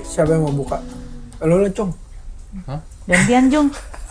Siapa yang mau buka? Lo lah, Cung. Hah? Gantian, Jung.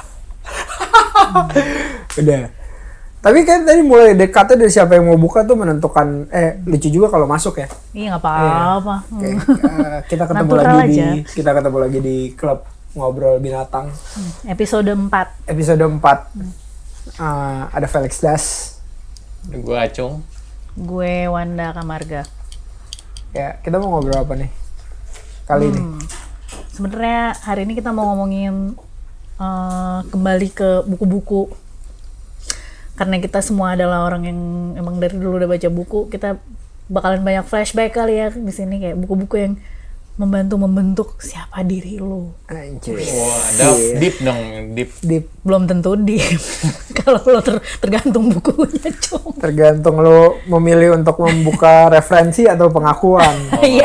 Udah. Tapi kan tadi mulai dekatnya dari siapa yang mau buka tuh menentukan. Lucu juga kalau masuk ya. Iya, nggak apa-apa. Oke, kita ketemu Natural lagi aja. kita ketemu lagi di klub ngobrol binatang. Episode 4. Episode 4. Ada Felix Das. Gue Acung. Gue Wanda Kamarga. Ya, kita mau ngobrol apa nih kali ini? Sebenarnya hari ini kita mau ngomongin kembali ke buku-buku. Karena kita semua adalah orang yang emang dari dulu udah baca buku, kita bakalan banyak flashback kali ya di sini, kayak buku-buku yang membentuk siapa diri lo. Anjir. Wah, ada deep dong, deep. Belum tentu di kalau lo tergantung bukunya, Cung. Tergantung lo memilih untuk membuka referensi atau pengakuan. Iya.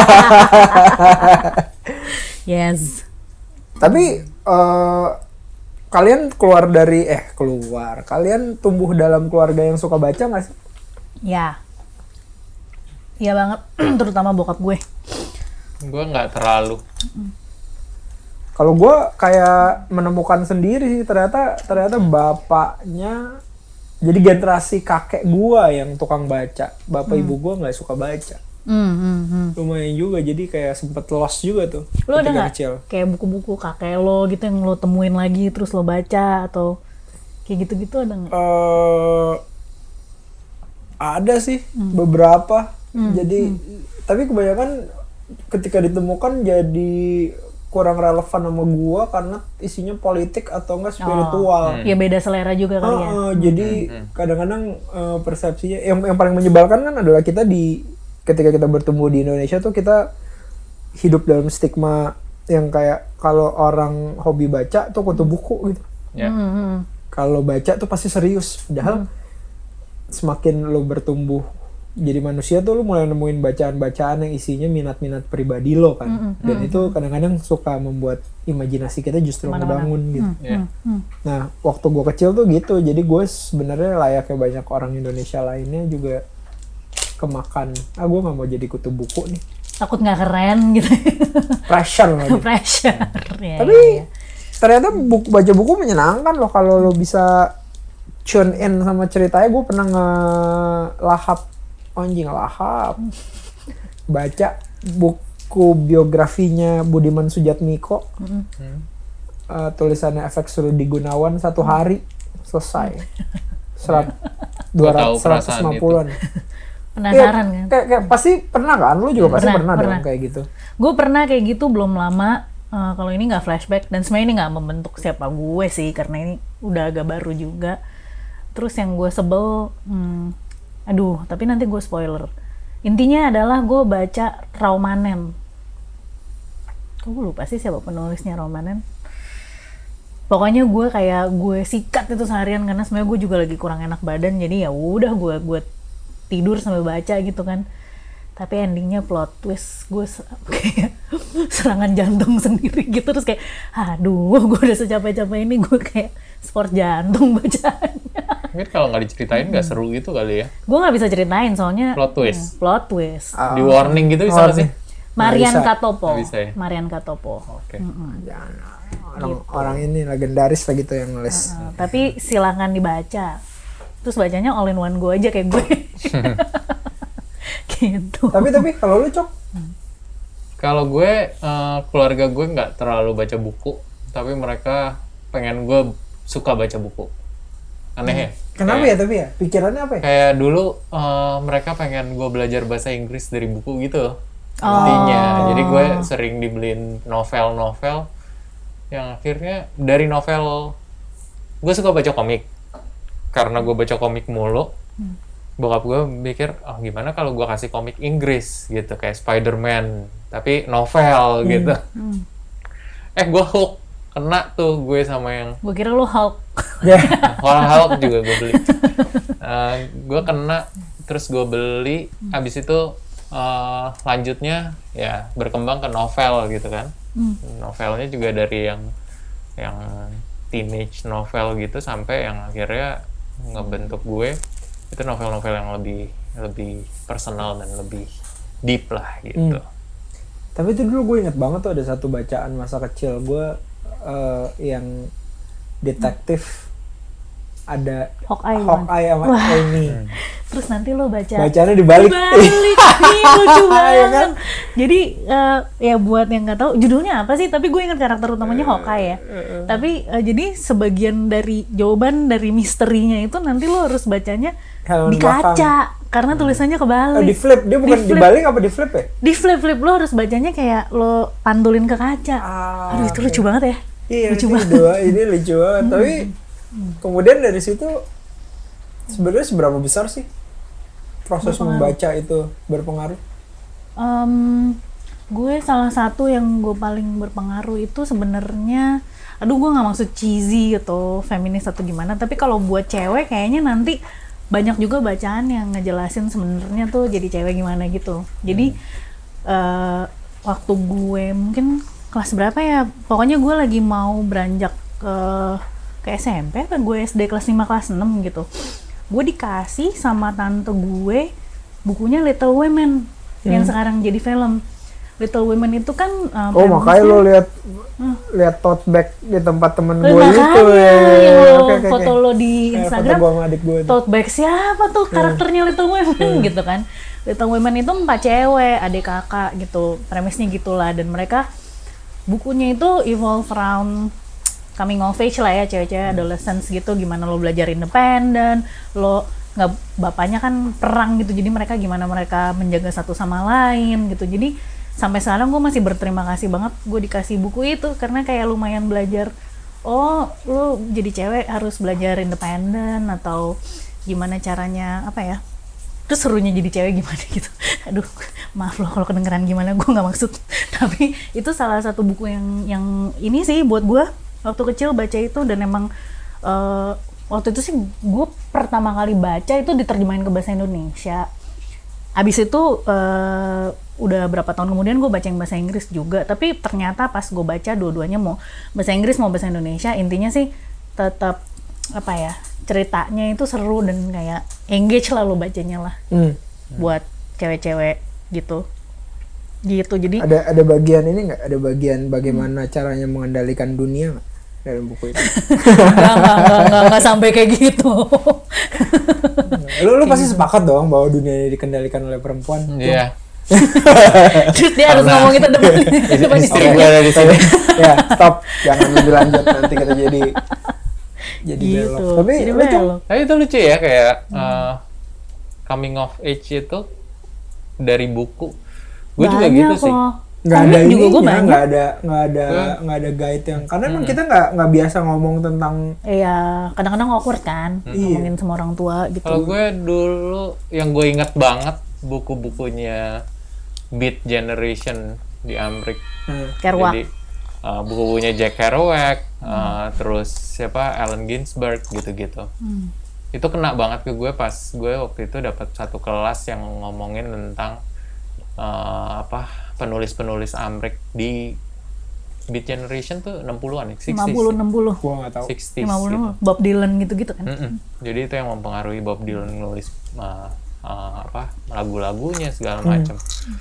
Yes. Tapi kalian kalian tumbuh dalam keluarga yang suka baca nggak sih? Ya. Iya banget, terutama bokap gue. Gue nggak terlalu. Kalau gue kayak menemukan sendiri sih, ternyata bapaknya, jadi generasi kakek gue yang tukang baca, bapak ibu gue nggak suka baca. Lumayan juga, jadi kayak sempet lost juga tuh. Lo ada ketika nggak kecil. kayak buku-buku kakek lo gitu yang lo temuin lagi terus lo baca atau kayak gitu-gitu, ada nggak? Ada sih beberapa. Jadi tapi kebanyakan ketika ditemukan jadi kurang relevan sama gua karena isinya politik atau enggak spiritual. Ya beda selera juga kali ya. Jadi kadang-kadang persepsinya yang paling menyebalkan kan adalah ketika kita bertemu di Indonesia tuh kita hidup dalam stigma yang kayak kalau orang hobi baca tuh kutu buku gitu. Ya. Kalau baca tuh pasti serius. Padahal semakin lo bertumbuh jadi manusia tuh lo mulai nemuin bacaan-bacaan yang isinya minat-minat pribadi lo kan. Dan itu kadang-kadang suka membuat imajinasi kita justru ngebangun gitu. Nah, waktu gue kecil tuh gitu. Jadi gue sebenarnya layaknya banyak orang Indonesia lainnya juga kemakan. Gue nggak mau jadi kutu buku nih. Takut nggak keren gitu. Pressure lagi. Pressure. Ya, Tapi ternyata baca buku menyenangkan loh kalau lo bisa tune in sama ceritanya. Gue pernah ngelahap baca buku biografinya Budiman Sujatmiko. Tulisannya FX Rudi Gunawan, 1 hari selesai. 250-an. Penasaran kan? Kayak pasti pernah kan? Lu juga pasti pernah dong kayak gitu. Gue pernah kayak gitu belum lama. Kalau ini nggak flashback dan sebenarnya ini nggak membentuk siapa gue sih karena ini udah agak baru juga. Terus yang gue sebel, tapi nanti gue spoiler. Intinya adalah gue baca Raumanen. Gue lupa sih siapa penulisnya Raumanen. Pokoknya gue sikat itu seharian karena sebenarnya gue juga lagi kurang enak badan, jadi ya udah gue tidur sambil baca gitu kan. Tapi endingnya plot twist, gue kayak serangan jantung sendiri gitu. Terus kayak gue udah secapek-capek ini gue kayak sport jantung bacaannya. Mungkin kalau nggak diceritain nggak seru gitu kali ya. Gue nggak bisa ceritain soalnya Plot twist. Plot twist. Di warning gitu bisa nggak sih? Marian bisa. Katopo. Nggak bisa ya? Marian Katopo. Oke. Orang ini legendaris lah gitu yang nulis. Tapi silakan dibaca. Terus bacanya all in one gue aja kayak gue. Gitu. Tapi kalau lu, Cok? Kalau gue, keluarga gue nggak terlalu baca buku, tapi mereka pengen gue suka baca buku. Aneh ya? Kenapa ya tapi ya? Pikirannya apa ya? Kayak dulu mereka pengen gue belajar bahasa Inggris dari buku gitu. Intinya. Jadi gue sering dibeliin novel-novel yang akhirnya dari novel gue suka baca komik. Karena gue baca komik mulu. Bokap gue mikir, gimana kalau gue kasih komik Inggris gitu, kayak Spider-Man, tapi novel gitu. Gue hook, kena tuh gue sama yang... Gue kira lu Hulk. Hulk juga gue beli. Gue kena, terus gue beli, abis itu lanjutnya ya berkembang ke novel gitu kan. Novelnya juga dari yang teenage novel gitu, sampai yang akhirnya ngebentuk gue itu novel-novel yang lebih personal dan lebih deep lah gitu. Tapi itu dulu gue inget banget tuh ada satu bacaan masa kecil gue yang detektif, ada Hawkeye sama Amy. Terus nanti lo bacanya dibalik. Ih, lucu banget kan? Jadi ya buat yang nggak tahu judulnya apa sih, tapi gue ingat karakter utamanya Hawkeye ya. Tapi jadi sebagian dari jawaban dari misterinya itu nanti lo harus bacanya di kaca karena tulisannya kebalik. Di flip, dia bukan dibalik apa di flip ya? Di flip lo harus bacanya kayak lo pantulin ke kaca. Aduh itu lucu banget ya. Iya, lucu banget. Ini lucu banget. Tapi kemudian dari situ sebenarnya seberapa besar sih proses membaca itu berpengaruh? Gue salah satu yang gue paling berpengaruh itu sebenarnya, aduh gue nggak maksud cheesy atau feminis atau gimana, tapi kalau buat cewek kayaknya nanti banyak juga bacaan yang ngejelasin sebenarnya tuh jadi cewek gimana gitu. Jadi waktu gue mungkin kelas berapa ya, pokoknya gue lagi mau beranjak ke SMP apa gue SD kelas 5 kelas 6 gitu. Gue dikasih sama tante gue bukunya Little Women yang sekarang jadi film. Little Women itu kan makanya lo lihat tote bag di tempat temen gue itu foto lo di Instagram, foto gue sama adik gue tote bag siapa tuh karakternya Little Women gitu kan. Little Women itu 4 cewek, adik kakak gitu, premisnya gitulah, dan mereka bukunya itu evolve around coming of age lah ya, cewek-cewek adolescence gitu, gimana lo belajar independen, lo nggak, bapaknya kan perang gitu, jadi mereka gimana mereka menjaga satu sama lain gitu. Jadi sampai sekarang gue masih berterima kasih banget gue dikasih buku itu, karena kayak lumayan belajar, oh lo jadi cewek harus belajar independen atau gimana caranya apa ya, terus serunya jadi cewek gimana gitu. Aduh maaf loh kalau kedengeran gimana, gue nggak maksud. Tapi itu salah satu buku yang ini sih buat gue waktu kecil baca itu, dan emang waktu itu sih gue pertama kali baca itu diterjemahin ke bahasa Indonesia. Abis itu udah berapa tahun kemudian gue baca yang bahasa Inggris juga, tapi ternyata pas gue baca dua-duanya, mau bahasa Inggris mau bahasa Indonesia, intinya sih tetap apa ya, ceritanya itu seru dan kayak engage lah lo bacanya lah. Buat cewek-cewek gitu. Jadi ada bagian ini nggak, ada bagian bagaimana caranya mengendalikan dunia nggak dalam buku itu? Nggak sampai kayak gitu. Lu pasti sepakat dong bahwa dunia ini dikendalikan oleh perempuan. Iya. Terus dia harus ngomong itu depan istri. Gue ada di sini. Ya stop, jangan lebih lanjut, nanti kita jadi gitu. belok. Tapi itu lucu ya, kayak coming of age itu dari buku. Gue juga gitu sih. Nggak ada ini, nggak ada guide yang, karena emang kita nggak biasa ngomong tentang. Iya, kadang-kadang awkward kan ngomongin sama orang tua gitu. Kalau gue dulu yang gue ingat banget buku-bukunya Beat Generation di Amrik. Kerouac. Jadi buku-bukunya Jack Kerouac, terus siapa, Allen Ginsberg gitu-gitu. Itu kena banget ke gue pas gue waktu itu dapat satu kelas yang ngomongin tentang penulis-penulis Amrik di Beat Generation tuh 60-an, 60s. 50-60. Gua nggak tahu. 60s 50 gitu. Bob Dylan gitu-gitu kan. Jadi itu yang mempengaruhi Bob Dylan nulis lagu-lagunya segala macam.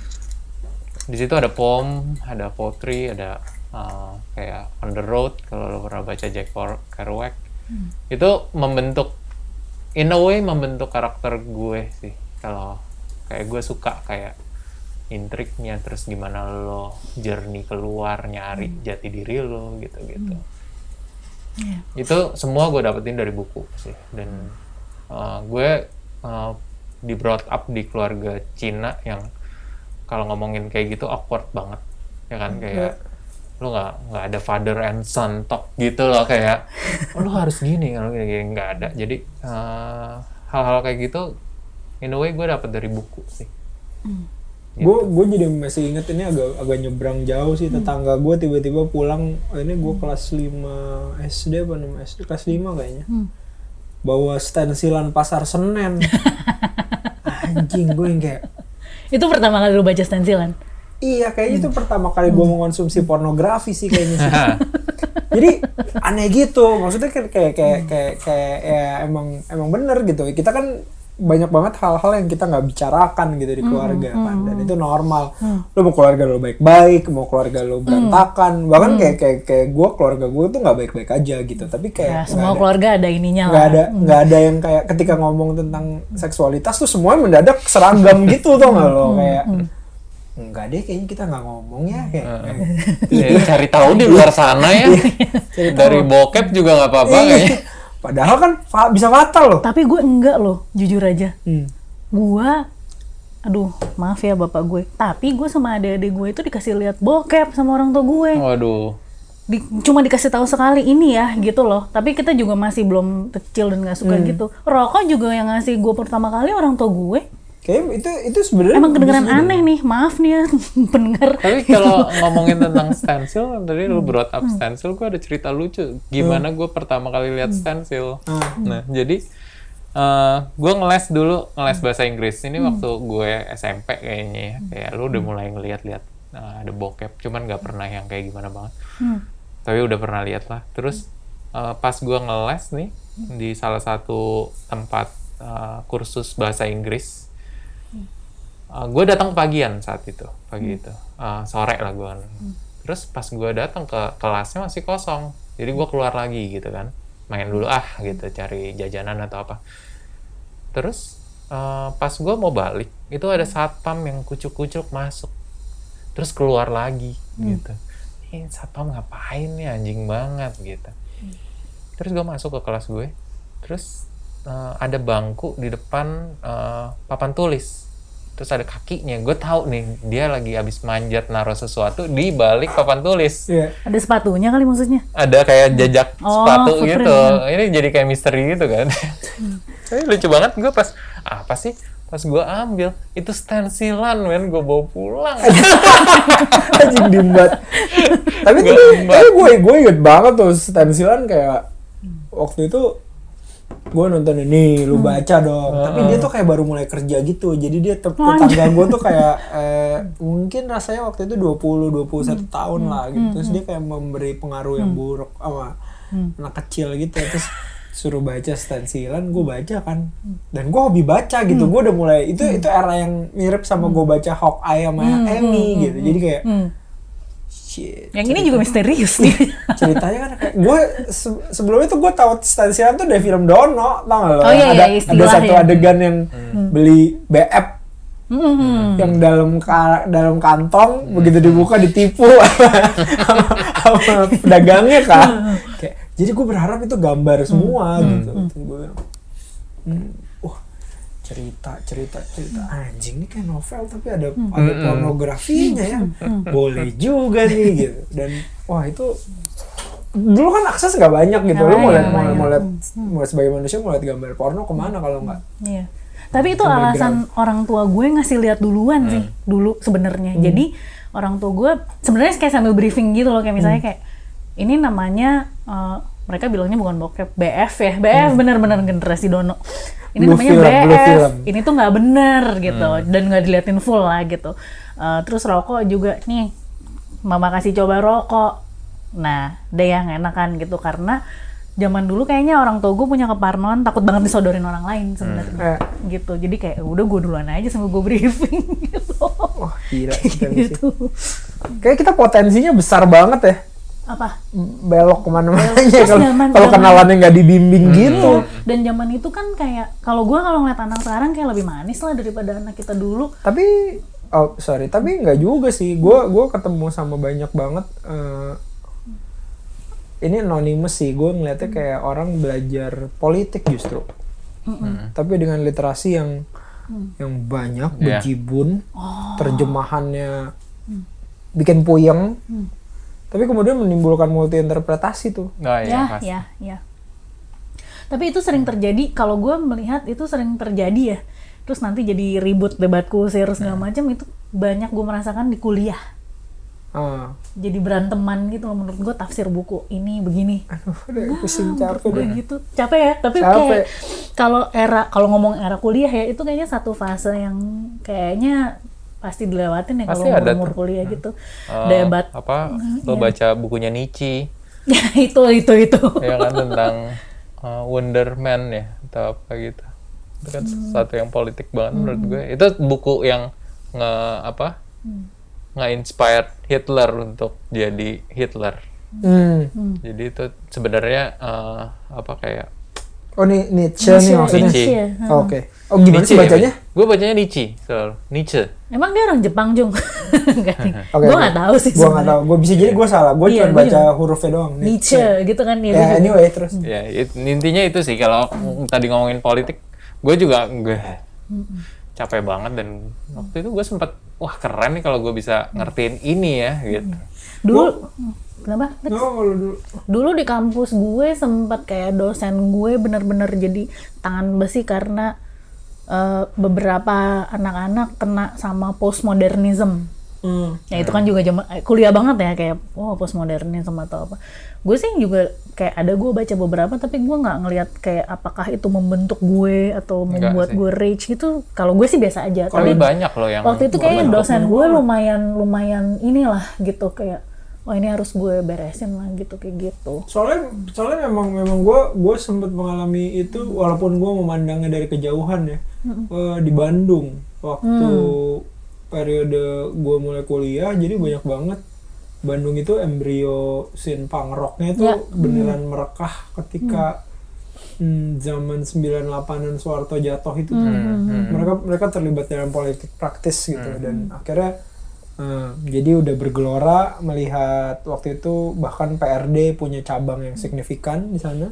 Di situ ada poem, ada poetry, ada kayak On the Road, kalau lo pernah baca Jack Kerouac. Itu membentuk, in a way membentuk karakter gue sih. Kalau kayak gue suka kayak intriknya, terus gimana lo journey keluar nyari jati diri lo gitu-gitu. Itu semua gue dapetin dari buku sih. Dan gue di brought up di keluarga Cina yang kalau ngomongin kayak gitu awkward banget ya kan, kayak lo nggak ada father and son talk gitu loh, kayak lo harus gini, kalau gini nggak ada. Jadi hal-hal kayak gitu in a way gue dapet dari buku sih. Gitu. Gue jadi masih inget, ini agak nyebrang jauh sih. Tetangga gue tiba-tiba pulang, ini gue kelas 5 SD apa 6 SD, kelas 5 kayaknya, bawa stensilan Pasar Senen. Anjing, gue yang kayak, itu pertama kali lu baca stensilan? Iya, kayaknya itu pertama kali gue mengonsumsi pornografi sih kayaknya sih. Jadi aneh gitu, maksudnya kayak ya emang bener gitu. Kita kan banyak banget hal-hal yang kita nggak bicarakan gitu di keluarga kan, dan itu normal. Lo mau keluarga lo baik-baik, mau keluarga lo berantakan, bahkan kayak gue, keluarga gue tuh nggak baik-baik aja gitu, tapi kayak semua keluarga ada ininya nggak ada yang kayak ketika ngomong tentang seksualitas tuh semuanya mendadak seragam gitu tuh nggak lo, kayak enggak deh, kayaknya kita nggak ngomong ya kayak cari tahu di luar sana ya. Dari bokep juga nggak apa-apa kayaknya. Padahal kan bisa fatal loh. Tapi gue enggak loh, jujur aja. Gue, aduh maaf ya bapak gue, tapi gue sama adik-adik gue itu dikasih lihat bokep sama orang tua gue. Waduh. Cuma dikasih tahu sekali ini ya gitu loh. Tapi kita juga masih belum kecil dan nggak suka gitu. Rokok juga yang ngasih gue pertama kali orang tua gue. Kayaknya itu sebenarnya emang kedengeran aneh nih, maaf nih ya pendengar. Tapi kalau ngomongin tentang stensil, tadi lu brought up stensil, gue ada cerita lucu. Gimana gue pertama kali lihat stensil. Nah, jadi gue ngeles bahasa Inggris. Ini waktu gue SMP kayaknya ya. Kayak lu udah mulai ngeliat-liat ada bokep, cuman nggak pernah yang kayak gimana banget. Tapi udah pernah lihat lah. Terus pas gue ngeles nih di salah satu tempat kursus bahasa Inggris. Gue datang pagian saat itu, sore lah gue. Terus pas gue datang ke kelasnya masih kosong, jadi gue keluar lagi gitu kan, main dulu gitu, cari jajanan atau apa. Terus pas gue mau balik, itu ada satpam yang kucuk-kucuk masuk, terus keluar lagi gitu. Ini satpam ngapain nih, anjing banget gitu. Terus gue masuk ke kelas gue, terus ada bangku di depan papan tulis. Terus ada kakinya, gue tahu nih dia lagi habis manjat naruh sesuatu di balik papan tulis. Ada sepatunya kali maksudnya? Ada kayak jejak sepatu gitu. Ya. Ini jadi kayak misteri gitu kan. Tapi lucu banget, gue pas apa sih? Pas gue ambil itu stensilan, men, gue bawa pulang. Anjing dimbat. Tapi gue inget banget tuh stensilan, kayak waktu itu gue nonton ini, lu baca dong. Tapi dia tuh kayak baru mulai kerja gitu. Jadi dia tetangga gue tuh kayak mungkin rasanya waktu itu 20-21 tahun lah gitu. Terus dia kayak memberi pengaruh yang buruk sama anak kecil gitu. Terus suruh baca stensilan, gue baca kan. Dan gue hobi baca gitu. Gue udah mulai, itu era yang mirip sama gue baca Hawkeye sama Emmy gitu. Jadi kayak shit, yang ini juga misterius nih. Ceritanya kan kayak gue sebelumnya tuh gue tahu stensilan tuh dari film Dono, tau gak lo? Oh, iya, ada satu adegan yang beli BF yang dalam kantong, begitu dibuka ditipu sama pedagangnya kan. Kayak, jadi gue berharap itu gambar semua gitu. Gue bilang, cerita anjing, ini kayak novel tapi ada pornografinya ya, boleh juga nih gitu. Dan wah, itu dulu kan akses nggak banyak gitu, lo mau lihat sebagai manusia mau lihat gambar porno kemana kalau nggak. Iya. Tapi itu alasan orang tua gue ngasih lihat duluan sih dulu sebenarnya. Jadi orang tua gue sebenarnya kayak sambil briefing gitu loh, kayak misalnya kayak ini namanya mereka bilangnya bukan bokep, BF ya, BF bener-bener generasi Dono. Ini Blue namanya film, BF, ini tuh nggak bener gitu, dan nggak diliatin full lah gitu. Terus rokok juga nih, mama kasih coba rokok. Nah, deh yang enak kan gitu, karena zaman dulu kayaknya orang tua gue punya keparnoan, takut banget disodorin orang lain sebenarnya, gitu. Jadi kayak udah gue duluan aja sambil gue briefing gitu. Wah, gila gitu. Kayak kita potensinya besar banget ya. Apa? Belok kemana-mana kalau kenalannya nggak dibimbing gitu. Dan zaman itu kan kayak kalau ngeliat anak sekarang kayak lebih manis lah daripada anak kita dulu. Tapi tapi nggak juga sih. Gue ketemu sama banyak banget. Ini anonymous sih. Gue ngeliatnya kayak orang belajar politik justru. Tapi dengan literasi yang banyak, bejibun, terjemahannya bikin puyeng. Tapi kemudian menimbulkan multi interpretasi tuh. Ya. Tapi itu sering terjadi, kalau gue melihat itu sering terjadi ya. Terus nanti jadi ribut, debat kusir segala macam, itu banyak gue merasakan di kuliah. Jadi beranteman gitu loh, menurut gue tafsir buku ini begini. Aduh, udah pusing, capek deh. Gitu. Capek ya, tapi kayak kalau ngomong era kuliah ya, itu kayaknya satu fase yang kayaknya pasti dilewatin ya kalau umur kuliah gitu. Debat lo baca bukunya Nietzsche. Ya itu. Ya kan, tentang Wonder Man ya atau apa gitu. Itu kan sesuatu yang politik banget menurut gue. Itu buku yang nge-inspired Hitler untuk jadi Hitler. Jadi itu sebenarnya kayak Oh Nietzsche nih maksudnya. Nietzsche. Oke. Oh gimana sih bacanya? Gue bacanya Nietzsche selalu. Nietzsche. Emang dia orang Jepang, Jung? Okay, Gue nggak tahu sih. Gue nggak tahu. Gue bisa jadi gue salah. Gue cuma baca hurufnya doang. Nietzsche gitu kan ya. Ya anyway terus. Ya intinya itu sih kalau tadi ngomongin politik, gue juga capek banget dan waktu itu gue sempet wah keren nih kalau gue bisa ngertiin ini ya gitu. Dulu kenapa? Dulu. Dulu di kampus gue sempat kayak dosen gue bener-bener jadi tangan besi karena beberapa anak-anak kena sama postmodernism. Ya itu kan juga kuliah banget ya kayak postmodernism atau apa. Gue sih juga kayak gue baca beberapa tapi gue nggak ngelihat kayak apakah itu membentuk gue atau membuat gue rage gitu. Kalau gue sih biasa aja. Tapi banyak loh yang waktu itu kayak dosen gue lumayan inilah gitu kayak ini harus gue beresin lah gitu kayak gitu. Soalnya memang gue sempat mengalami itu walaupun gue memandangnya dari kejauhan ya. Di Bandung waktu periode gue mulai kuliah jadi banyak banget Bandung itu embrio scene punk rocknya itu beneran merekah ketika zaman 98-an Soeharto jatuh itu. Mereka terlibat dalam politik praktis gitu dan akhirnya jadi udah bergelora melihat waktu itu bahkan PRD punya cabang yang signifikan di sana.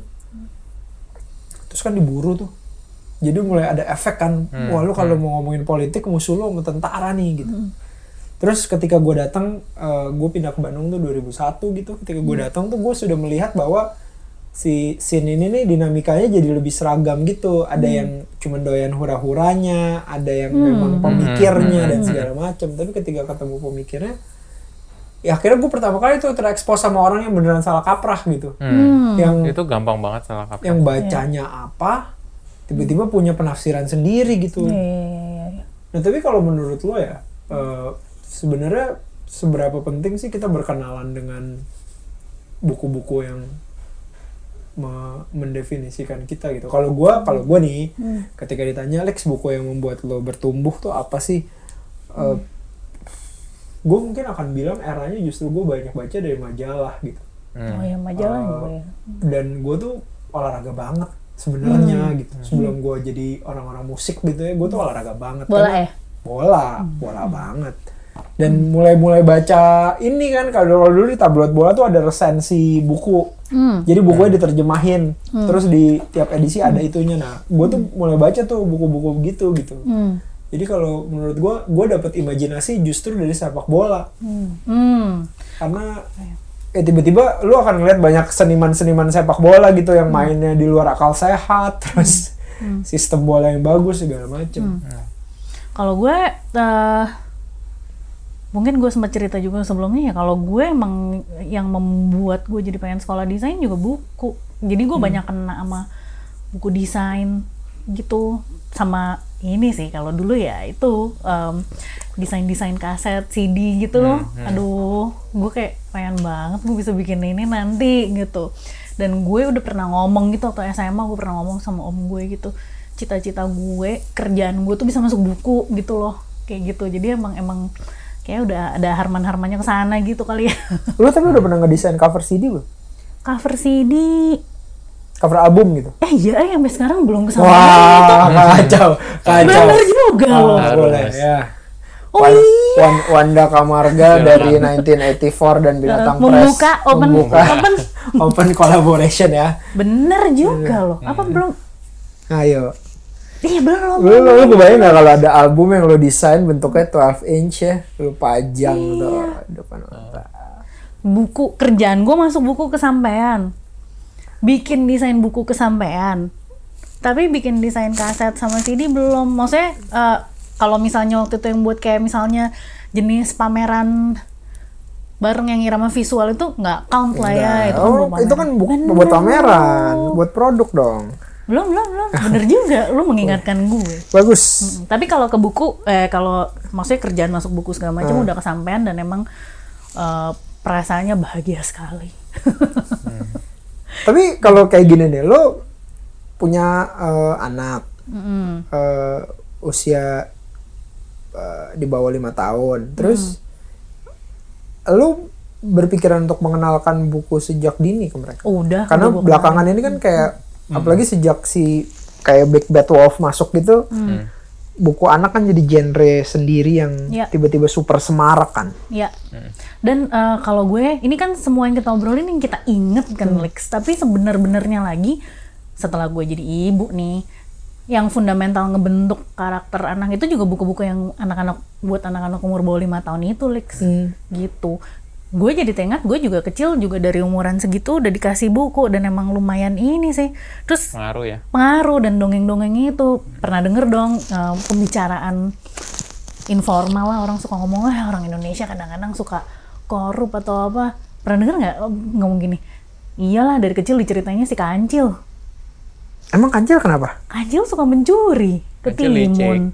Terus kan diburu tuh. Jadi mulai ada efek kan, wah lu kalau mau ngomongin politik musuh lu sama tentara nih gitu. Terus ketika gue datang, gue pindah ke Bandung tuh 2001 gitu. Ketika gue datang tuh gue sudah melihat bahwa si scene ini nih dinamikanya jadi lebih seragam gitu. Ada yang cuma doyan hura-huranya, ada yang memang pemikirnya dan segala macam. Tapi ketika ketemu pemikirnya, ya akhirnya gue pertama kali tuh terekspos sama orang yang beneran salah kaprah gitu. Yang itu gampang banget salah kaprah. Yang bacanya apa, tiba-tiba punya penafsiran sendiri gitu. Nah tapi kalau menurut lo ya, sebenarnya seberapa penting sih kita berkenalan dengan buku-buku yang mendefinisikan kita gitu. Kalau gue nih, ketika ditanya Lex buku yang membuat lo bertumbuh tuh apa sih? Gue mungkin akan bilang eranya justru gue banyak baca dari majalah gitu. Oh ya majalah ya. Dan gue tuh olahraga banget sebenarnya gitu. Sebelum gue jadi orang-orang musik gitu ya, gue tuh olahraga banget. Bola banget. Dan mulai baca ini kan kalau dulu di tabloid bola tuh ada resensi buku. Jadi bukunya diterjemahin. Terus di tiap edisi ada itunya. Nah, gue tuh mulai baca tuh buku-buku gitu. Jadi kalau menurut gue dapet imajinasi justru dari sepak bola. Karena tiba-tiba lu akan ngeliat banyak seniman-seniman sepak bola gitu yang mainnya di luar akal sehat, terus sistem bola yang bagus segala macem. Kalau gue mungkin gue sempat cerita juga sebelumnya ya, kalau gue emang yang membuat gue jadi pengen sekolah desain juga buku. Jadi gue banyak kena sama buku desain gitu, sama ini sih kalau dulu ya itu desain kaset CD gitu loh. Aduh, gue kayak pengen banget gue bisa bikin ini nanti gitu. Dan gue udah pernah ngomong gitu waktu SMA, gue pernah ngomong sama om gue gitu, cita-cita gue, kerjaan gue tuh bisa masuk buku gitu loh, kayak gitu. Jadi emang kayak udah ada harman-harmannya kesana gitu kali ya. Lu tapi udah pernah ngedesain cover CD belum? Cover CD, cover album gitu? Iya, sampai sekarang belum kesampaian itu. Wah, kacau. Bener juga loh. Boleh ya. Iya. Wanda Camarga dari 1984 dan Binatang Press membuka open collaboration ya. Bener juga loh. Apa belum? Ayo. Iya belum. Lu kebayang nggak kalau ada album yang lo desain bentuknya 12 inch ya, lo pajang tuh depan mata. Buku kerjaan gue masuk buku kesampaian, bikin desain buku kesampaian, tapi bikin desain kaset sama CD belum. Maksudnya kalau misalnya waktu itu yang buat kayak misalnya jenis pameran bareng yang irama visual itu nggak count lah ya. Itu kan buat pameran, buat produk dong. Belum. Bener juga, lu mengingatkan gue. Bagus. Tapi kalau ke buku, kalau maksudnya kerjaan masuk buku segala macam udah kesampaian dan emang perasaannya bahagia sekali. Tapi kalau kayak gini nih, lo punya anak, usia di bawah 5 tahun. Terus lu berpikiran untuk mengenalkan buku sejak dini ke mereka? Udah. Karena belakangan ini kan kayak apalagi sejak si kayak Big Bad Wolf masuk gitu, buku anak kan jadi genre sendiri yang tiba-tiba super semarak kan. Iya. Dan kalau gue, ini kan semua yang kita obrolin yang kita inget kan Lex, tapi sebenar-benarnya lagi setelah gue jadi ibu nih, yang fundamental ngebentuk karakter anak itu juga buku-buku yang buat anak-anak umur bawah 5 tahun itu Lex. Gitu. Gue jadi teringat, gue juga kecil juga dari umuran segitu udah dikasih buku dan emang lumayan ini sih. Terus pengaruh dan dongeng-dongeng itu pernah denger dong pembicaraan informal lah, orang suka ngomong orang Indonesia kadang-kadang suka korup atau apa. Pernah denger nggak ngomong gini? Iyalah dari kecil diceritain si Kancil. Emang Kancil kenapa? Kancil suka mencuri ke timun.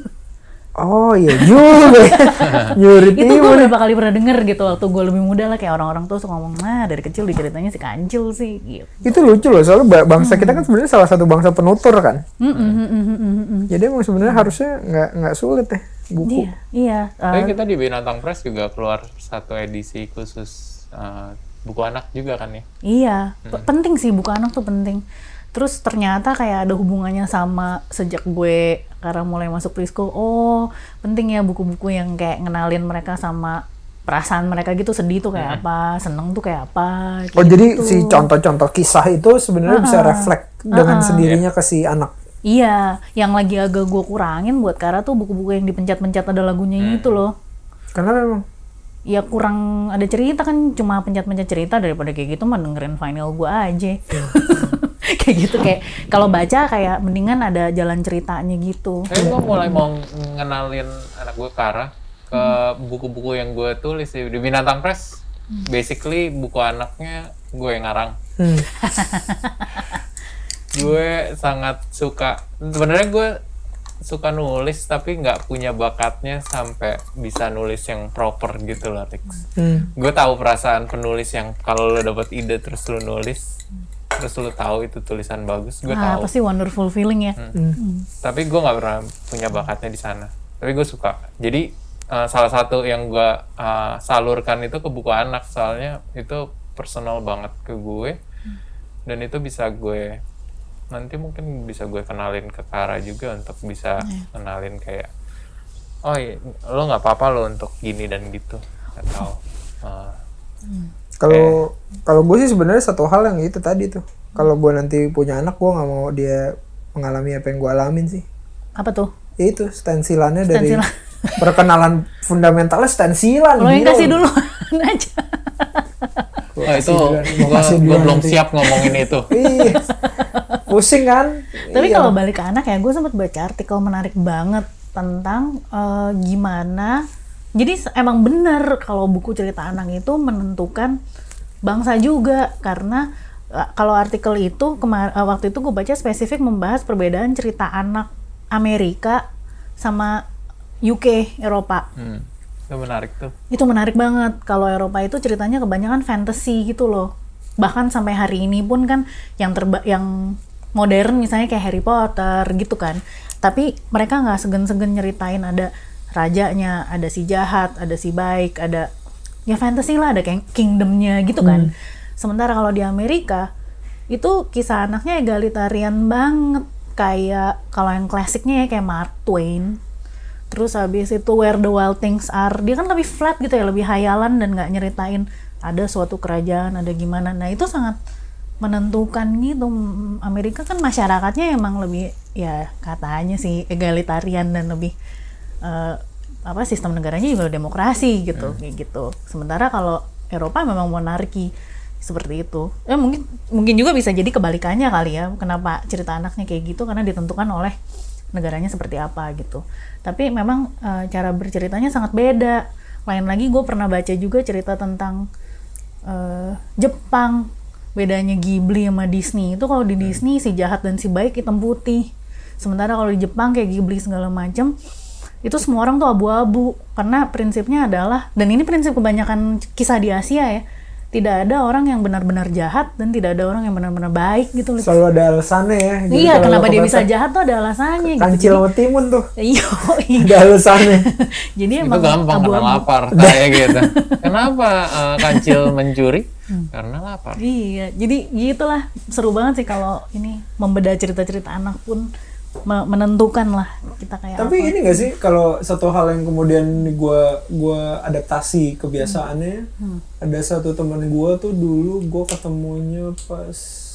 Oh iya juga ya. Nyuri timun. Itu gue berapa kali pernah denger gitu waktu gue lebih muda lah, kayak orang-orang tuh suka ngomong, dari kecil diceritanya si Kancil sih gitu. Itu lucu loh, soalnya bangsa kita kan sebenarnya salah satu bangsa penutur kan. Jadi emang sebenarnya harusnya nggak sulit ya buku. Iya. Tapi kita di Binatang Press juga keluar satu edisi khusus buku anak juga kan ya? Iya, penting sih buku anak tuh penting. Terus ternyata kayak ada hubungannya sama sejak gue karena mulai masuk preschool, penting ya buku-buku yang kayak ngenalin mereka sama perasaan mereka gitu, sedih tuh kayak apa, seneng tuh kayak apa. Jadi si contoh-contoh kisah itu sebenarnya bisa reflect dengan sendirinya ke si anak. Iya, yang lagi agak gue kurangin buat Kara tuh buku-buku yang dipencet-pencet ada lagunya itu loh. Karena memang ya kurang ada cerita kan, cuma pencet-pencet cerita, daripada kayak gitu mah dengerin vinyl gue aja. Kayak gitu, kayak kalau baca kayak mendingan ada jalan ceritanya gitu. Gue mulai mau ngenalin anak gue Kara ke buku-buku yang gue tulis di Binatang Press. Basically buku anaknya gue yang ngarang. Gue sangat suka, sebenarnya gue suka nulis tapi nggak punya bakatnya sampai bisa nulis yang proper gitu loh, Tix. Gue tahu perasaan penulis yang kalau lo dapet ide terus lo nulis, terus lo tahu itu tulisan bagus, gue tahu. Pasti wonderful feeling ya. Tapi gue nggak pernah punya bakatnya di sana. Tapi gue suka. Jadi salah satu yang gue salurkan itu ke buku anak, soalnya itu personal banget ke gue, dan itu bisa gue nanti mungkin bisa gue kenalin ke Kara juga untuk bisa kenalin kayak, lo nggak apa-apa lo untuk gini dan gitu, atau kalau gue sih sebenarnya satu hal yang itu tadi tuh, kalau gue nanti punya anak gue nggak mau dia mengalami apa yang gue alamin sih. Apa tuh? Ya itu stensilannya dari perkenalan fundamentalnya stensilan. Lo yang kasih dulu aja. Itu gue belum siap ngomongin itu. Iya. Pusing kan? Tapi kalau balik ke anak ya, gue sempat baca artikel menarik banget tentang gimana. Jadi emang bener kalau buku cerita anak itu menentukan bangsa juga, karena kalau artikel itu waktu itu gue baca spesifik membahas perbedaan cerita anak Amerika sama UK, Eropa. Itu menarik tuh. Itu menarik banget. Kalau Eropa itu ceritanya kebanyakan fantasy gitu loh. Bahkan sampai hari ini pun kan yang modern misalnya kayak Harry Potter gitu kan. Tapi mereka nggak segan-segan nyeritain ada rajanya, ada si jahat, ada si baik, ada ya fantasy lah, ada kayak kingdomnya gitu kan. Sementara kalau di Amerika itu kisah anaknya egalitarian banget. Kayak kalau yang klasiknya ya kayak Mark Twain. Terus habis itu Where the Wild Things Are, dia kan lebih flat gitu ya, lebih hayalan dan nggak nyeritain ada suatu kerajaan, ada gimana. Nah itu sangat menentukan gitu. Amerika kan masyarakatnya emang lebih, ya katanya sih egalitarian dan lebih sistem negaranya juga demokrasi gitu, kayak gitu. Sementara kalau Eropa memang monarki seperti itu. Mungkin juga bisa jadi kebalikannya kali ya. Kenapa cerita anaknya kayak gitu? Karena ditentukan oleh negaranya seperti apa gitu. Tapi memang cara berceritanya sangat beda. Lain lagi gue pernah baca juga cerita tentang Jepang. Bedanya Ghibli sama Disney. Itu kalau di Disney si jahat dan si baik hitam putih. Sementara kalau di Jepang kayak Ghibli segala macam, itu semua orang tuh abu-abu. Karena prinsipnya adalah, dan ini prinsip kebanyakan kisah di Asia ya, tidak ada orang yang benar-benar jahat dan tidak ada orang yang benar-benar baik gitu. Selalu ada alasannya ya. Jadi Iya, kalau kenapa lo dia bisa kepepet, jahat tuh ada alasannya gitu. Kancil sama timun tuh. Iya, Ada alasannya. jadi Itu emang gampang karena abu-abu. lapar kayak gitu. Kenapa kancil mencuri? Karena lapar. Iya, jadi gitulah, seru banget sih kalau ini membedah cerita-cerita anak pun menentukan lah kita kayak Tapi apa. ini gak sih kalau satu hal yang kemudian gua adaptasi kebiasaannya, ada satu teman gua tuh dulu gua ketemunya pas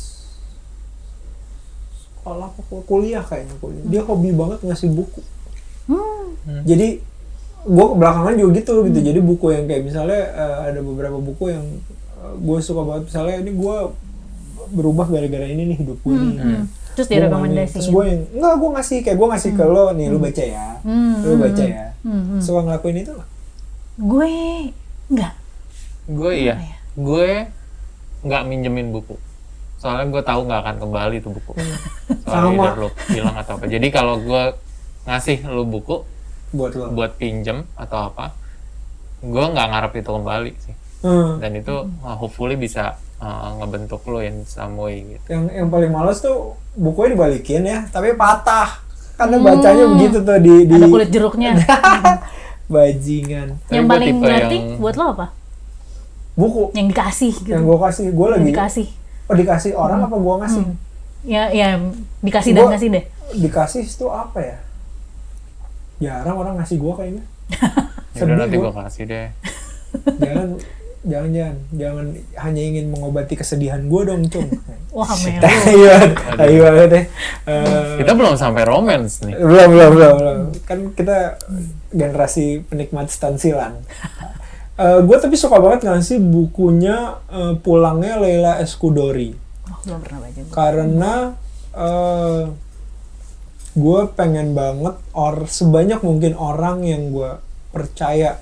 sekolah apa kuliah kayaknya kuliah. Dia hobi banget ngasih buku. Jadi gua belakangan juga gitu. Jadi buku yang kayak misalnya ada beberapa buku yang gua suka banget, misalnya ini gua berubah gara-gara ini nih hidup gua nih. Terus dia Gua nanya, rekomendasiin. terus gue yang enggak, gue ngasih ke lo nih, lu baca ya, lu baca ya. Suka ngelakuin itu nggak? Gue enggak. Gue iya, gue nggak minjemin buku. Soalnya gue tahu nggak akan kembali tuh buku. Soalnya Sama. either lo hilang atau apa. Jadi kalau gue ngasih lo buku Buat lo. buat pinjem atau apa, gue nggak ngarep itu kembali sih. Dan itu hopefully bisa ngebentuk lo in some way gitu. Yang paling males tuh bukunya dibalikin ya, tapi patah. Karena bacanya begitu tuh di Ada kulit jeruknya. bajingan. Tapi Yang gue paling tipe berarti yang- buat lo apa? Buku Yang dikasih gitu. yang gue kasih, gue lagi Dikasih. oh dikasih orang apa gue ngasih? Ya dikasih dan Gua- ngasih deh. Dikasih itu apa ya? Jarang orang ngasih gue kayaknya. Yaudah nanti gua. gue kasih deh. Jangan hanya ingin mengobati kesedihan gue dong, Cung. Wah, melo. Ayo deh. Kita belum sampai romance nih. Belum. Kan kita generasi penikmat stansilan. Gue tapi suka banget ngasih bukunya Pulangnya Leila Eskudori. Oh, belum pernah baca gue. Karena gue pengen banget sebanyak mungkin orang yang gue percaya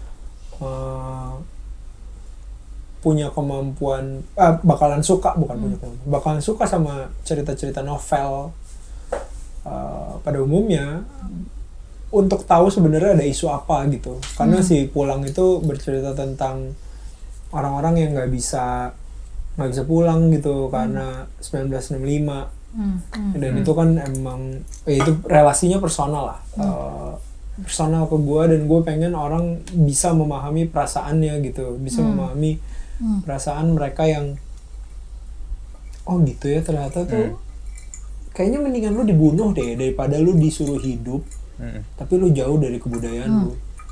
punya kemampuan, bakalan suka, bukan punya kemampuan, bakalan suka sama cerita-cerita novel pada umumnya, untuk tahu sebenarnya ada isu apa gitu. Karena si Pulang itu bercerita tentang orang-orang yang nggak bisa pulang gitu karena 1965. Dan itu kan emang itu relasinya personal lah, personal ke gue, dan gue pengen orang bisa memahami perasaannya gitu, bisa memahami perasaan mereka yang oh gitu ya, ternyata tuh kayaknya mendingan lu dibunuh deh daripada lu disuruh hidup tapi lu jauh dari kebudayaan lu.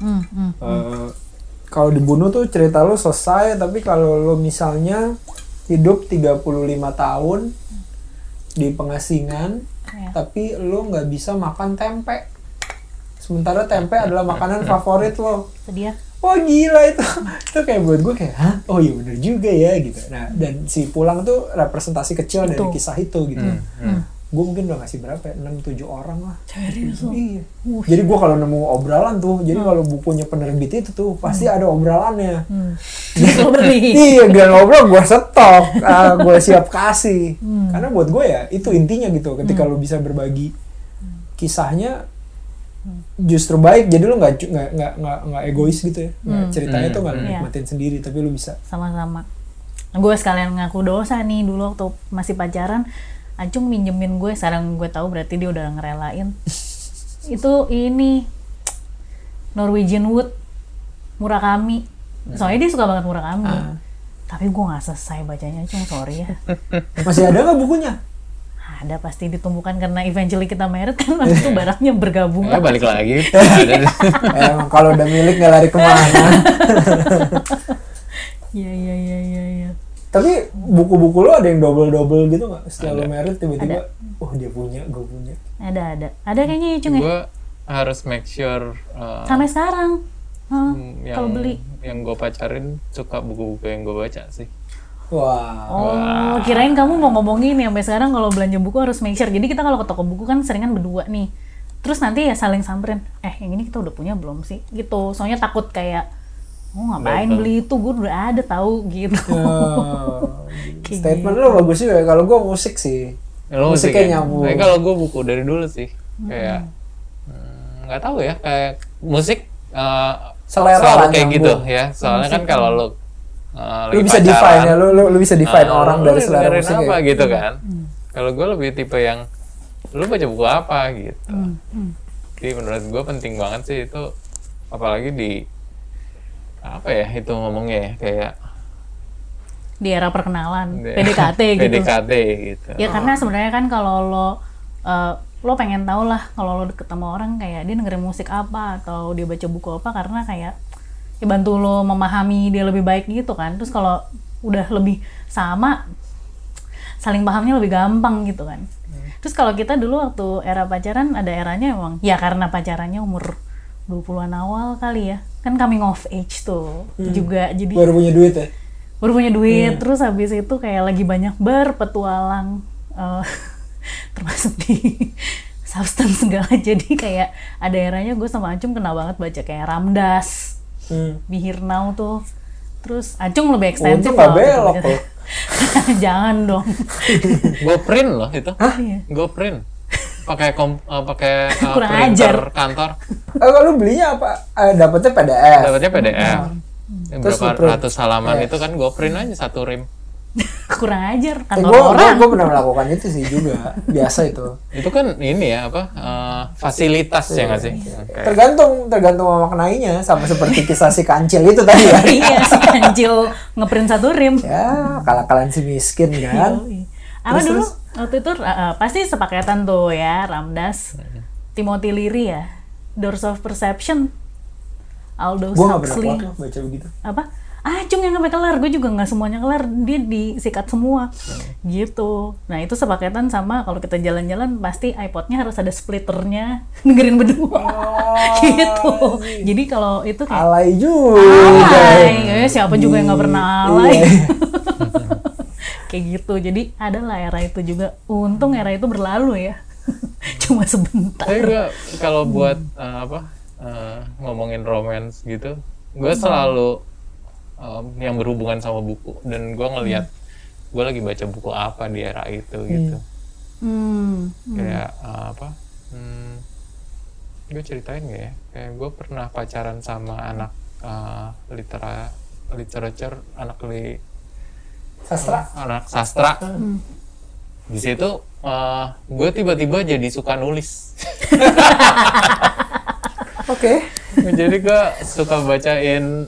Kalau dibunuh tuh cerita lu selesai, tapi kalau lu misalnya hidup 35 tahun di pengasingan tapi lu nggak bisa makan tempe, sementara tempe adalah makanan favorit lo. Sedih ya? Wah gila itu kayak buat gue kayak hah, oh iya bener juga ya gitu. Nah dan si Pulang tuh representasi kecil dari kisah itu gitu. Gue mungkin udah ngasih berapa ya, 6-7 orang lah. Serius lo? Iya. Jadi gue kalau nemu obrolan tuh, jadi kalau bukunya penerbit itu tuh pasti ada obrolannya. Lo beli. Iya, gak ngobrol gue stok, gue siap kasih. Karena buat gue ya itu intinya gitu. Ketika lu bisa berbagi kisahnya, justru baik. Jadi lu nggak egois gitu ya. Ceritanya tuh nggak lu nikmatin sendiri, tapi lu bisa. Sama-sama. Gue sekalian ngaku dosa nih, dulu waktu masih pacaran, Acung minjemin gue, sekarang gue tahu berarti dia udah ngerelain. Itu ini Norwegian Wood Murakami. Soalnya dia suka banget Murakami. Tapi gue nggak selesai bacanya, Cung, sorry ya. Masih ada nggak bukunya? Ada pasti ditumbuhkan karena eventually kita married kan, waktu itu barangnya bergabung. Ya balik lagi. Ada deh. Emang kalau udah milik nggak lari kemana. Iya. Tapi buku-buku lo ada yang double gitu nggak? Setelah lo married tiba-tiba, Ada. oh dia punya, gue punya. Ada kayaknya ya, Cung ya. Gue harus make sure Sampai sekarang. Kalau beli. yang gue pacarin suka buku-buku yang gue baca sih. Wah. Oh, kirain kamu mau ngomongin nih, sampai sekarang kalau belanja buku harus make sure. Jadi kita kalau ke toko buku kan seringan berdua nih. Terus nanti ya saling samperin, yang ini kita udah punya belum sih? Gitu. Soalnya takut kayak, ngapain Betul. beli itu, gue udah ada tahu gitu. Kayak Statement gitu. lo bagus juga. Kalau gue musik sih. Lo musik Musiknya ya? nyambung. Tapi kalau gue buku dari dulu sih, kayak nggak tahu ya, kayak musik Selera selalu lah kayak nyambung. gitu ya. Soalnya kan kalau lo lagi Lu bisa pacaran, define ya, lu bisa define orang lu dari selera dengerin musik apa ya. gitu kan. Kalau gue lebih tipe yang lu baca buku apa gitu. Jadi menurut gue penting banget sih itu, apalagi di apa ya itu ngomongnya ya, kayak Di era perkenalan, PDKT gitu. PDKT gitu. Ya karena sebenarnya kan kalau lo pengen tahu lah kalau lo deket sama orang kayak dia dengerin musik apa atau dia baca buku apa, karena kayak ya bantu lo memahami dia lebih baik gitu kan. Terus kalau udah lebih sama, saling pahamnya lebih gampang gitu kan. Terus kalau kita dulu waktu era pacaran, ada eranya emang ya karena pacarannya umur 20-an awal kali ya, kan coming of age tuh juga, jadi Baru punya duit ya. terus habis itu kayak lagi banyak berpetualang, termasuk di substance segala. Jadi kayak ada eranya gue sama Acung kena banget baca kayak Ramdas, Be Here Now tuh. Terus Acung lebih ekstensif Untung nggak belok loh. Jangan dong. Gue print loh itu. Iya. Gue print. Pakai Kurang printer ajar. kantor. Kalau belinya apa? Dapetnya PDF. Dapatnya PDF. Terus Berapa lu print. ratus halaman itu kan gue print aja satu rim. Kurang ajar kantor orang. Gue pernah melakukan itu sih juga. Biasa itu. Itu kan ini ya apa fasilitas ya nggak sih? Kayak Tergantung memaknainya, sama seperti kisah si kancil itu tadi ya. Iya, si kancil ngeprint satu rim. Ya, kalah-kalahan si miskin kan. Yoi. Apa dulu waktu itu pasti sepaketan tuh ya, Ramdas, Timothy Leary ya, Doors of Perception, Aldous Gue gak pernah Huxley. kuat loh baca begitu. Apa? Acung yang sampai kelar, gue juga nggak semuanya kelar, dia disikat semua gitu. Nah itu sepaketan sama kalau kita jalan-jalan pasti iPodnya harus ada splitternya, dengerin berdua gitu. Jadi kalau itu kayak Alay juga. alay, siapa juga yang nggak pernah alay. Iya. Kayak gitu. Jadi adalah era itu juga. Untung era itu berlalu ya. Cuma sebentar. Tapi gue kalau buat ngomongin romance gitu, gue selalu yang berhubungan sama buku, dan gue ngelihat gue lagi baca buku apa di era itu gitu. Kayak gue ceritain gak ya? Kayak gue pernah pacaran sama anak literature, anak sastra. Di situ gue tiba-tiba jadi suka nulis. Oke. Jadi gue suka bacain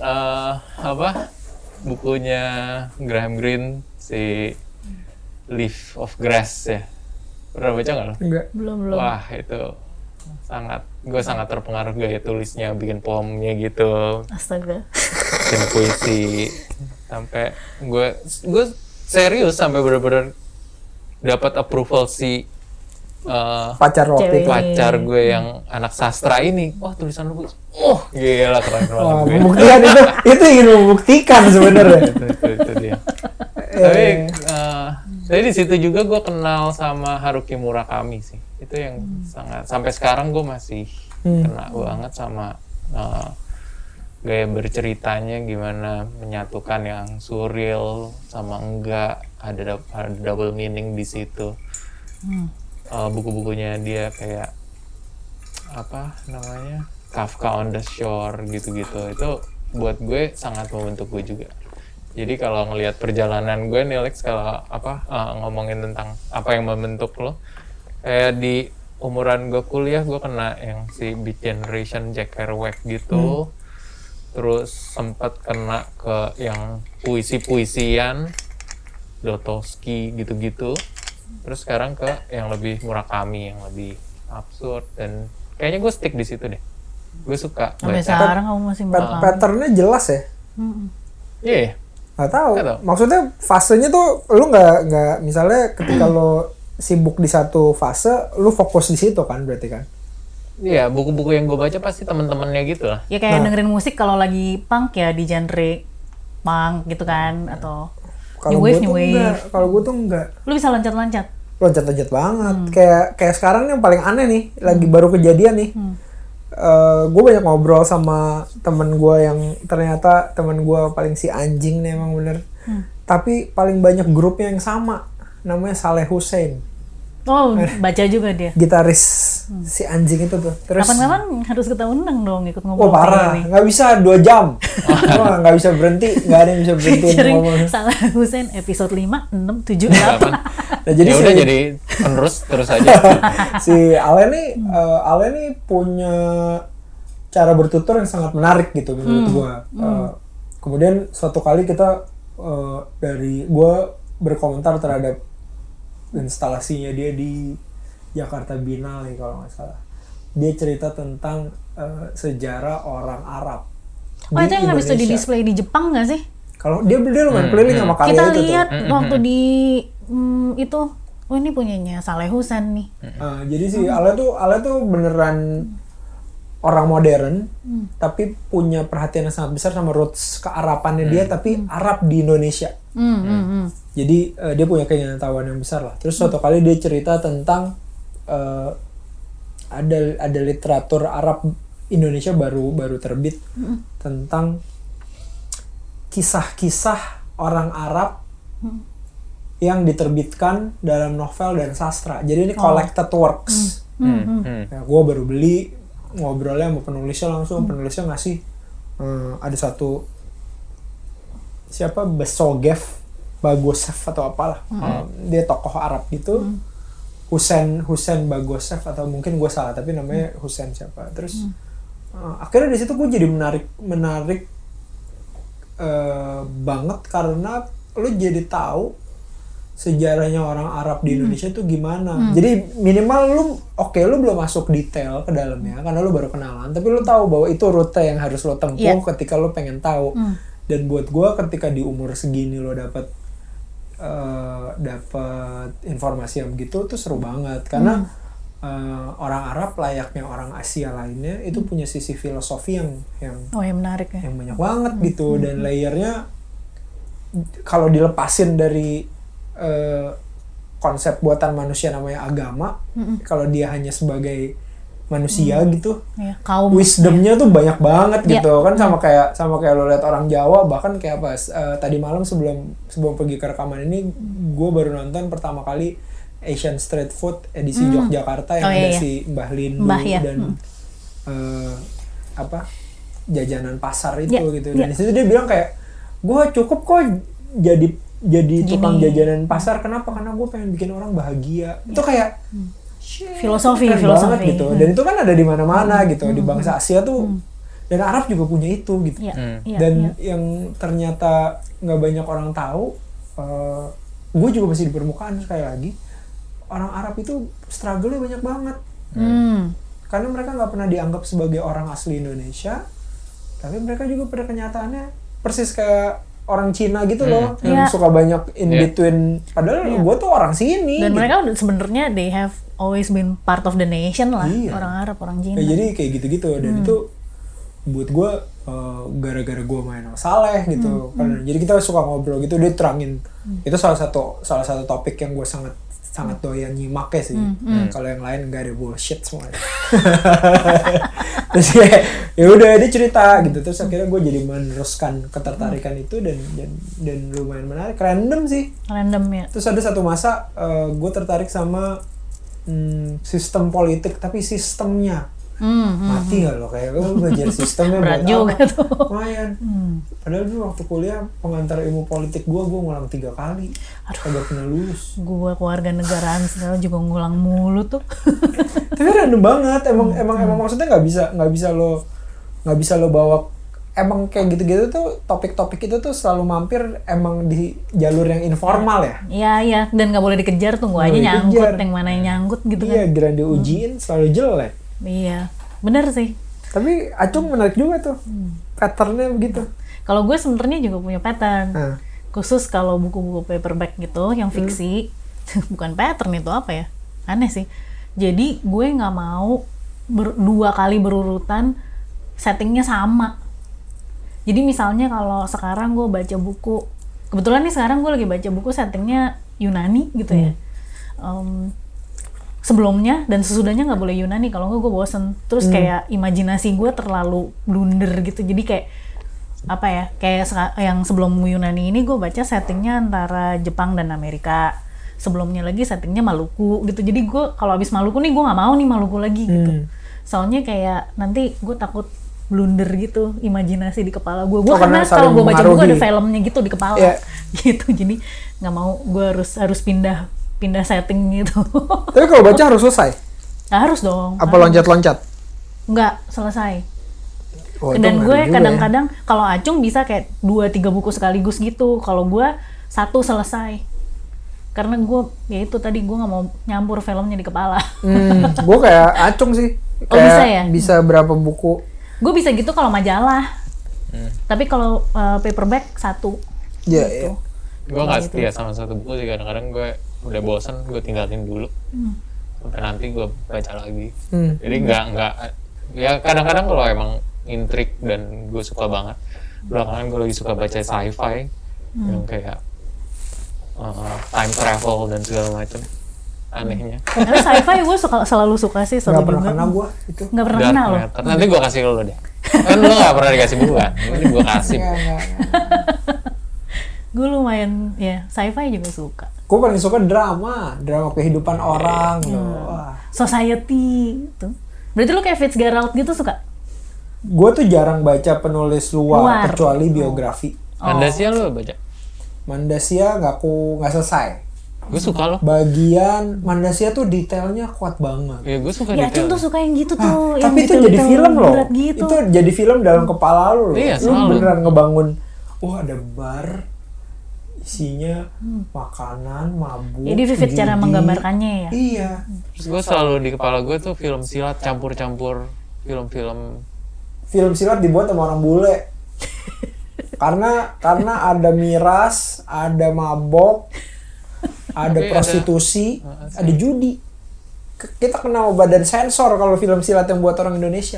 bukunya Graham Greene, si Leaf of Grass ya. Pernah baca nggak lo? Enggak. Belum. Wah itu gue sangat terpengaruh gaya tulisnya, bikin poemnya gitu, Astaga. bikin puisi, sampai gue serius sampai bener-bener dapat approval si Pacar waktu itu. pacar gue yang anak sastra ini. Wah tulisan lu, gila keren banget Wah, gue. membuktikan itu ingin membuktikan sebenarnya. itu dia. Tapi di situ juga gue kenal sama Haruki Murakami sih. Itu yang sangat, sampai sekarang gue masih kena banget sama gaya berceritanya, gimana menyatukan yang surreal sama enggak, ada double meaning di situ. Buku-bukunya dia kayak apa namanya, Kafka on the Shore gitu-gitu, itu buat gue sangat membentuk gue juga. Jadi kalau ngelihat perjalanan gue nih Lex, kalau ngomongin tentang apa yang membentuk lo, kayak di umuran gue kuliah, gue kena yang si Beat Generation, Jack Kerouac gitu. Terus sempat kena ke yang puisi-puisian Dostoevsky gitu-gitu. Terus sekarang ke yang lebih Murakami, yang lebih absurd, dan kayaknya gue stick di situ deh. Gue suka Sampai baca. sekarang kamu masih Murakami. Patternnya jelas ya. Iya. Nggak tahu. Nggak tahu. Maksudnya fasenya tuh lu nggak misalnya ketika lo sibuk di satu fase, lu fokus di situ kan berarti kan? Iya, buku-buku yang gue baca pasti temen-temennya gitu lah. Ya kayak dengerin musik kalau lagi punk ya di genre punk gitu kan, atau Kalau new gue tuh wave. enggak. Kalau gue tuh enggak. Lu bisa loncat-loncat. Loncat-loncat banget. Kayak sekarang nih yang paling aneh nih, lagi baru kejadian nih. Gue banyak ngobrol sama temen gue yang ternyata temen gue paling si anjing nih emang bener. Tapi paling banyak grupnya yang sama, namanya Saleh Hussein. Oh, baca juga dia. Gitaris si anjing itu tuh. Terus Kapan-kapan harus kita undang dong ikut oh ngobrol. parah, nggak bisa 2 jam. Wah, nggak bisa berhenti, nggak ada yang bisa berhenti ngomong. Salah Husein episode 5, 6, 7, 8. Nah, jadi Ya udah jadi terus aja. si Ale nih punya cara bertutur yang sangat menarik gitu menurut gua. Kemudian suatu kali kita dari gua berkomentar terhadap instalasinya dia di Jakarta Biennale kalau nggak salah. Dia cerita tentang sejarah orang Arab. Oh, itu yang habis itu di display di Jepang nggak sih? Kalau dia lumayan keliling sama karya Kita itu lihat tuh. waktu di itu, oh ini punyanya Saleh Husain nih. Jadi si Ale tuh beneran orang modern, tapi punya perhatian yang sangat besar sama roots kearapannya dia, tapi Arab di Indonesia. Jadi dia punya keingintahuan yang besar lah. Terus suatu kali dia cerita tentang ada literatur Arab Indonesia baru terbit tentang kisah-kisah orang Arab yang diterbitkan dalam novel dan sastra. Jadi ini collected works. Ya, gue baru beli, ngobrolnya sama penulisnya langsung. Penulisnya ngasih ada satu siapa Besogev Bagosev atau apalah. Dia tokoh Arab gitu. Husein Bagosev atau mungkin gue salah tapi namanya Husein siapa. Terus akhirnya di situ gue jadi menarik banget karena lu jadi tahu sejarahnya orang Arab di Indonesia tuh gimana. Jadi minimal lu belum masuk detail ke dalamnya karena lu baru kenalan, tapi lu tahu bahwa itu rute yang harus lu tempuh ketika lu pengen tahu. Dan buat gue ketika di umur segini lo dapat informasi yang begitu tuh seru banget karena orang Arab layaknya orang Asia lainnya itu punya sisi filosofi yang menarik ya. Yang banyak banget gitu dan layernya kalau dilepasin dari konsep buatan manusia namanya agama, kalau dia hanya sebagai manusia gitu, kaum wisdomnya tuh banyak banget gitu kan sama kayak lo lihat orang Jawa bahkan kayak pas tadi malam sebelum pergi ke rekaman ini gue baru nonton pertama kali Asian Street Food edisi Yogyakarta yang ada si Mbah Lindu dan jajanan pasar itu gitu. Dan di situ dia bilang kayak gue cukup kok jadi tukang jajanan pasar. Kenapa? Karena gue pengen bikin orang bahagia. Itu kayak filosofi gitu. Dan itu kan ada di mana-mana gitu. Di bangsa Asia tuh dan Arab juga punya itu gitu. Dan yang ternyata nggak banyak orang tahu, gue juga masih di permukaan sekali lagi. Orang Arab itu struggle-nya banyak banget. Karena mereka nggak pernah dianggap sebagai orang asli Indonesia, tapi mereka juga pada kenyataannya persis kayak orang Cina gitu loh, yang suka banyak in between. Padahal gue tuh orang sini. Dan gitu. mereka sebenarnya they have always been part of the nation lah, orang Arab, orang Cina. Jadi kayak gitu-gitu dan itu buat gue gara-gara gue main sama Saleh gitu. Karena jadi kita suka ngobrol gitu, dia terangin. Itu salah satu topik yang gue sangat doyan nyimaknya sih. Kalau yang lain gak ada bullshit semuanya. Terus ya udah dia cerita gitu. Terus akhirnya gue jadi meneruskan ketertarikan itu dan lumayan menarik. Random sih. Random ya. Terus ada satu masa gue tertarik sama sistem politik tapi sistemnya. Mati gak lo kayak lo belajar sistemnya berat buat juga apa? tuh. Lumayan. Padahal dulu waktu kuliah pengantar ilmu politik gue ngulang 3 kali. Kagak pernah lulus. Gue keluarga negaraan segala juga ngulang mulu tuh. Tapi random banget. Emang maksudnya nggak bisa lo bawa. Emang kayak gitu-gitu tuh topik-topik itu tuh selalu mampir emang di jalur yang informal ya. Iya dan nggak boleh dikejar, tunggu aja nyangkut yang mana yang nyangkut gitu kan. Iya, giliran diujiin selalu jelek. Iya, bener sih. Tapi Acung menarik juga tuh, patternnya begitu. Kalau gue sebenarnya juga punya pattern, khusus kalau buku-buku paperback gitu, yang fiksi, bukan pattern itu apa ya, aneh sih. Jadi gue nggak mau 2 kali berurutan settingnya sama. Jadi misalnya kalau sekarang gue baca buku, kebetulan nih sekarang gue lagi baca buku settingnya Yunani gitu ya. Sebelumnya dan sesudahnya nggak boleh Yunani, kalau nggak gue bosen. Terus kayak imajinasi gue terlalu blunder gitu, jadi kayak apa ya, kayak yang sebelum Yunani ini gue baca settingnya antara Jepang dan Amerika. sebelumnya lagi settingnya Maluku gitu. Jadi gue kalau abis Maluku nih gue nggak mau nih Maluku lagi gitu. Soalnya kayak nanti gue takut blunder gitu imajinasi di kepala gue. Gue karena kalau gue baca buku ada filmnya gitu di kepala gitu. Jadi nggak mau, gue harus pindah setting gitu. Tapi kalau baca harus selesai? Harus dong. Apa loncat-loncat? Nggak, selesai. Dan gue kadang-kadang kalau Acung bisa kayak 2-3 buku sekaligus gitu. Kalau gue 1 selesai. Karena gue ya itu tadi gue nggak mau nyampur filmnya di kepala. Gue kayak Acung sih. Kayak bisa ya? Bisa berapa buku? Gue bisa gitu kalau majalah. Tapi kalau paperback 1. Iya. Gitu. Gue nggak setia sama satu buku sih. Kadang-kadang gue udah bosan, gue tinggalin dulu. Sampai nanti gue baca lagi. Jadi nggak ya kadang-kadang kalau emang intrik dan gue suka banget. Belakangan gue lagi suka baca sci-fi yang kayak time travel dan segala macam. Anehnya. Tapi sci-fi gue selalu suka sih. Nggak pernah kena gue itu. Nggak pernah kena loh. Nanti gue kasih lo deh. Kan lo nggak pernah dikasih buku kan? Ini gue kasih. Gue lumayan ya sci-fi juga suka. Gue paling suka drama kehidupan orang loh. Society gitu. Berarti lu kayak Fitzgerald gitu suka? Gue tuh jarang baca penulis luar. Kecuali biografi. Mandasia lo baca? Mandasia nggak selesai. Gue suka loh. Bagian Mandasia tuh detailnya kuat banget. Iya, gue suka ya, detail. Acung tuh suka yang gitu tuh. Yang Tapi itu jadi film loh. Gitu. Itu jadi film dalam kepala lu loh. Iya, lu selalu. beneran ngebangun. Ada bar isinya makanan, mabuk. Jadi vivid cara menggambarkannya ya. Iya. Terus gue selalu di kepala gue tuh film silat campur-campur film-film. Film silat dibuat sama orang bule. karena ada miras, ada mabok, ada prostitusi, ada judi. Kita kena badan sensor kalau film silat yang buat orang Indonesia.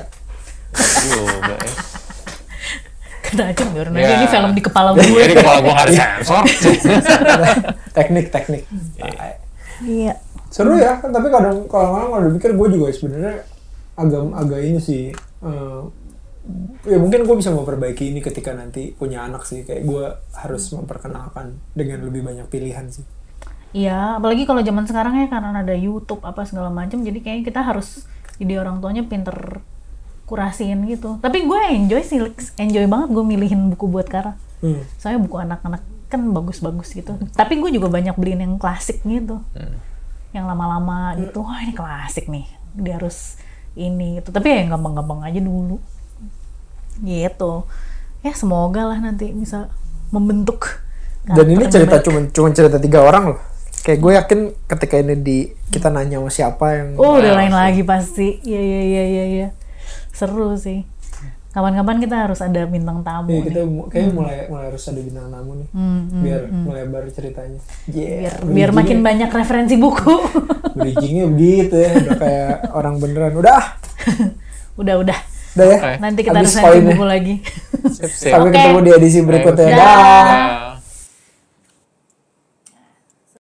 Kata Acung biar aja ini film di kepala gue. Jadi kepala gue harus sensor. teknik. Iya. Seru ya, kan tapi kadang kalau dipikir gue juga sebenarnya agak ini sih. Ya mungkin gue bisa memperbaiki ini ketika nanti punya anak sih. Kayak gue harus memperkenalkan dengan lebih banyak pilihan sih. Iya, apalagi kalau zaman sekarang ya karena ada YouTube apa segala macam, jadi kayaknya kita harus jadi orang tuanya pinter kurasiin gitu. Tapi gue enjoy banget gue milihin buku buat Kara. Soalnya buku anak-anak kan bagus-bagus gitu. Tapi gue juga banyak beliin yang klasik gitu. Yang lama-lama gitu. Wah, ini klasik nih. Dia harus ini gitu. Tapi ya gampang-gampang aja dulu. Gitu. Ya semoga lah nanti bisa membentuk. Dan ini cerita cuma cerita 3 orang loh. Kayak gue yakin ketika ini kita nanya sama siapa yang udah lain lagi pasti. Iya. Seru sih. Kapan-kapan kita harus ada bintang tamu. Iya, kita kayaknya mulai harus ada bintang tamu nih. Biar melebar ceritanya. Biar makin banyak referensi buku. Bridgingnya begitu ya, udah kayak orang beneran. Udah. Udah ya. Nanti kita referensi buku lagi. Sampai ketemu di edisi berikutnya. Dah.